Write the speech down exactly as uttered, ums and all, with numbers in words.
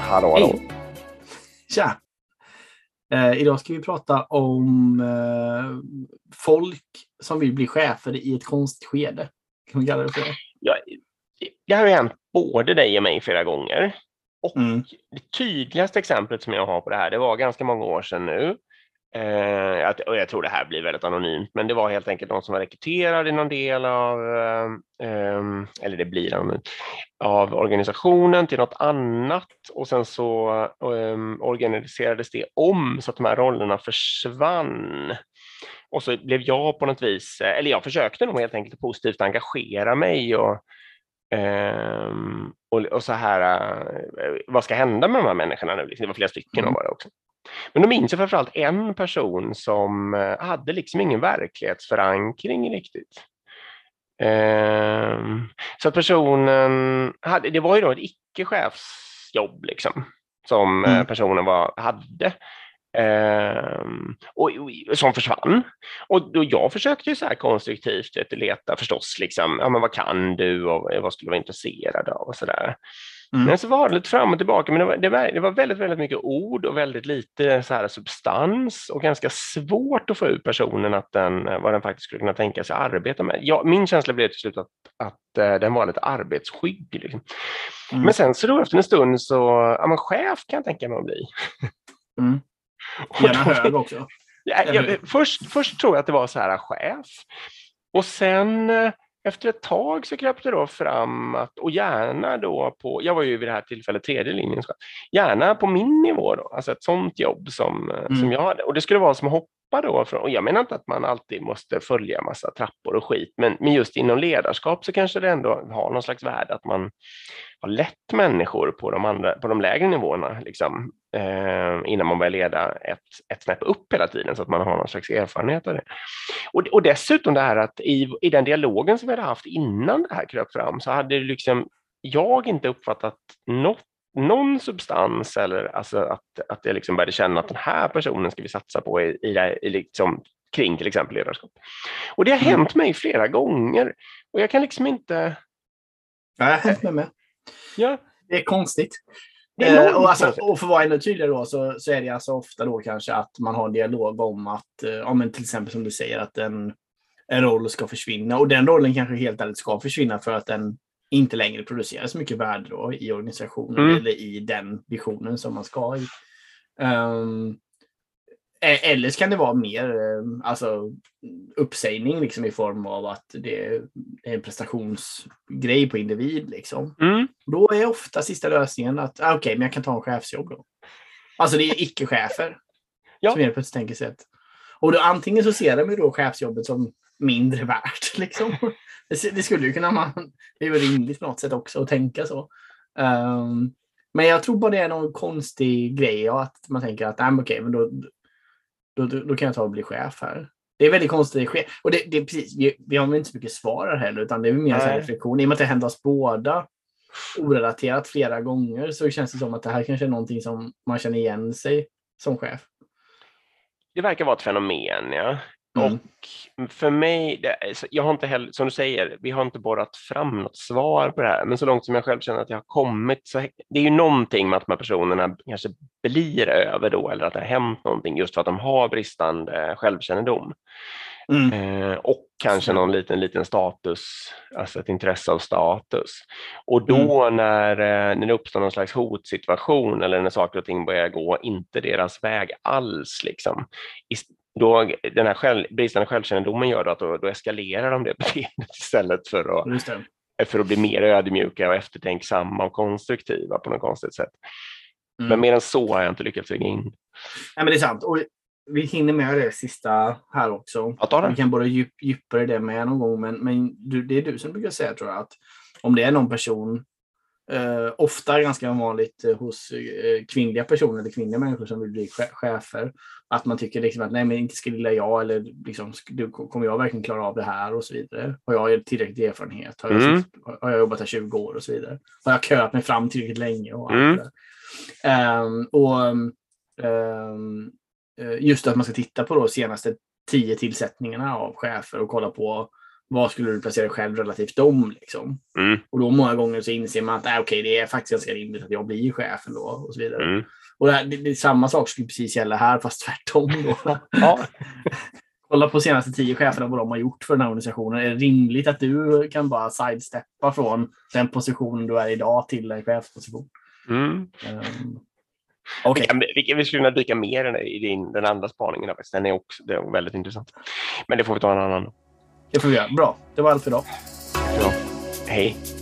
Hallå, hallå. Hej. Tja. Eh, idag ska vi prata om eh, folk som vill bli chefer i ett konstigt skede. Kan vi kalla det för det? Ja, det har ju hänt både dig och mig flera gånger. Och Mm. det tydligaste exemplet som jag har på det här, det var ganska många år sedan nu. Eh, att, och jag tror det här blir väldigt anonymt, men det var helt enkelt någon som var rekryterad i någon del av, eh, eh, eller det blir anonymt, av organisationen till något annat, och sen så eh, organiserades det om så att de här rollerna försvann. Och så blev jag på något vis, eller jag försökte nog helt enkelt positivt engagera mig och Um, och, och så här, uh, vad ska hända med de här människorna nu? Det var flera stycken Mm. av det också. Men då minns jag framförallt en person som uh, hade liksom ingen verklighetsförankring riktigt. Um, så personen hade, det var ju då ett icke-chefsjobb liksom, som uh, Mm. personen var, hade. Um, och, och som försvann, och då jag försökte ju så här konstruktivt att leta förstås liksom, ja men vad kan du och vad skulle du vara intresserad av och sådär. Mm. Men så var det lite fram och tillbaka, men det var, det var, det var väldigt väldigt mycket ord och väldigt lite så här substans och ganska svårt att få ut personen att den, vad den faktiskt skulle kunna tänka sig arbeta med. Ja, min känsla blev till slut att, att uh, den var lite arbetsskygg liksom. Mm. Men sen så då efter en stund så, ja men chef kan jag tänka mig att bli. Mm. Gärna hög också. Ja, jag, först, först tror jag att det var så här chef. Och sen efter ett tag så kröp det då fram att, och gärna då på, jag var ju vid det här tillfället tredje linjen, gärna på min nivå då, alltså ett sånt jobb som, mm. som jag hade. Och det skulle vara som att hoppa då från, och jag menar inte att man alltid måste följa massa trappor och skit, men, men just inom ledarskap så kanske det ändå har någon slags värde att man har lett människor på de, andra, på de lägre nivåerna liksom, eh, innan man börjar leda ett, ett snäpp upp hela tiden, så att man har någon slags erfarenhet av det. Och, och dessutom det här att i, i den dialogen som vi hade haft innan det här kröp fram, så hade liksom jag inte uppfattat något, någon substans, eller alltså att, att jag liksom började känna att den här personen ska vi satsa på i, i, det, i liksom, kring till exempel ledarskap. Och det har Mm. hänt mig flera gånger, och jag kan liksom inte... Det har hänt mig med. Ja. Det är konstigt. Det är eh, och, alltså, och för att vara ännu tydligare då, så, så är det alltså ofta då kanske att man har en dialog om att, eh, ja, men till exempel som du säger, att en, en roll ska försvinna. Och den rollen kanske helt ärligt ska försvinna för att den inte längre producerar så mycket värde då i organisationen mm. eller i den visionen som man ska i. Um, eller så kan det vara mer alltså, uppsägning liksom, i form av att det är en prestationsgrej på individ. Liksom. Mm. Då är ofta sista lösningen att ah, okej, okay, men jag kan ta en chefsjobb då. Alltså det är icke-chefer ja. som är på ett tänker sätt. Och då antingen så ser de ju då chefsjobbet som mindre värt. Liksom. Det, det skulle ju kunna man, det är ju rimligt på något sätt också att tänka så. Um, men jag tror bara det är någon konstig grej, ja, att man tänker att ah, okej, okay, men då Då, då, då kan jag ta och bli chef här. Det är väldigt konstigt. Och det, det är precis, vi, vi har inte så mycket svar här heller, utan det är mer så här reflektion. I och med att det händer oss båda orelaterat flera gånger, så känns det som att det här kanske är någonting som man känner igen sig som chef. Det verkar vara ett fenomen, ja. Mm. Och för mig, det, jag har inte heller, som du säger, vi har inte borrat fram något svar på det här, men så långt som jag själv känner att jag har kommit, så det är ju någonting med att de här personerna kanske blir över då, eller att det har hänt någonting just för att de har bristande självkännedom. Mm. Eh, och kanske någon liten, liten status, alltså ett intresse av status. Och då mm. när, när det uppstår någon slags hotsituation, eller när saker och ting börjar gå inte deras väg alls, liksom, då den här själv, bristande självkännedomen gör då att då, då eskalerar de det beteendet istället för att, för att bli mer ödmjuka och eftertänksamma och konstruktiva på något konstigt sätt. Mm. Men mer än så har jag inte lyckats lägga in. Nej, men det är sant. Och vi hinner med det sista här också. Vi kan bara djup, djupare det med någon gång. Men, men du, det är du som brukar säga, tror jag, att om det är någon person, eh, ofta ganska vanligt eh, hos eh, kvinnliga personer eller kvinnliga människor som vill bli chefer, att man tycker liksom att nej, men inte ska lilla jag, eller liksom, du, kommer jag verkligen klara av det här och så vidare. Har jag tillräckligt erfarenhet? Har jag, mm. har jag jobbat här tjugo år och så vidare? Har jag köat mig fram tillräckligt länge? Och allt mm. det där. Um, och um, just att man ska titta på de senaste tio tillsättningarna av chefer och kolla på vad skulle du placera dig själv relativt dem? Liksom? Mm. Och då många gånger så inser man att äh, okay, det är faktiskt ganska rimligt att jag blir chefen då och så vidare. Mm. Och det, det, det, samma sak skulle precis gälla här, fast tvärtom då. Ja. Kolla på senaste tio cheferna vad de har gjort för den här organisationen. Är det rimligt att du kan bara sidesteppa från den positionen du är idag till en chefsposition? Mm. Um, okay. vi, kan, vi skulle kunna dyka mer i din, den andra spaningen. Den är också det är väldigt intressant. Men det får vi ta en annan. Det får vi göra. Bra. Det var allt för idag. Ja. Hej.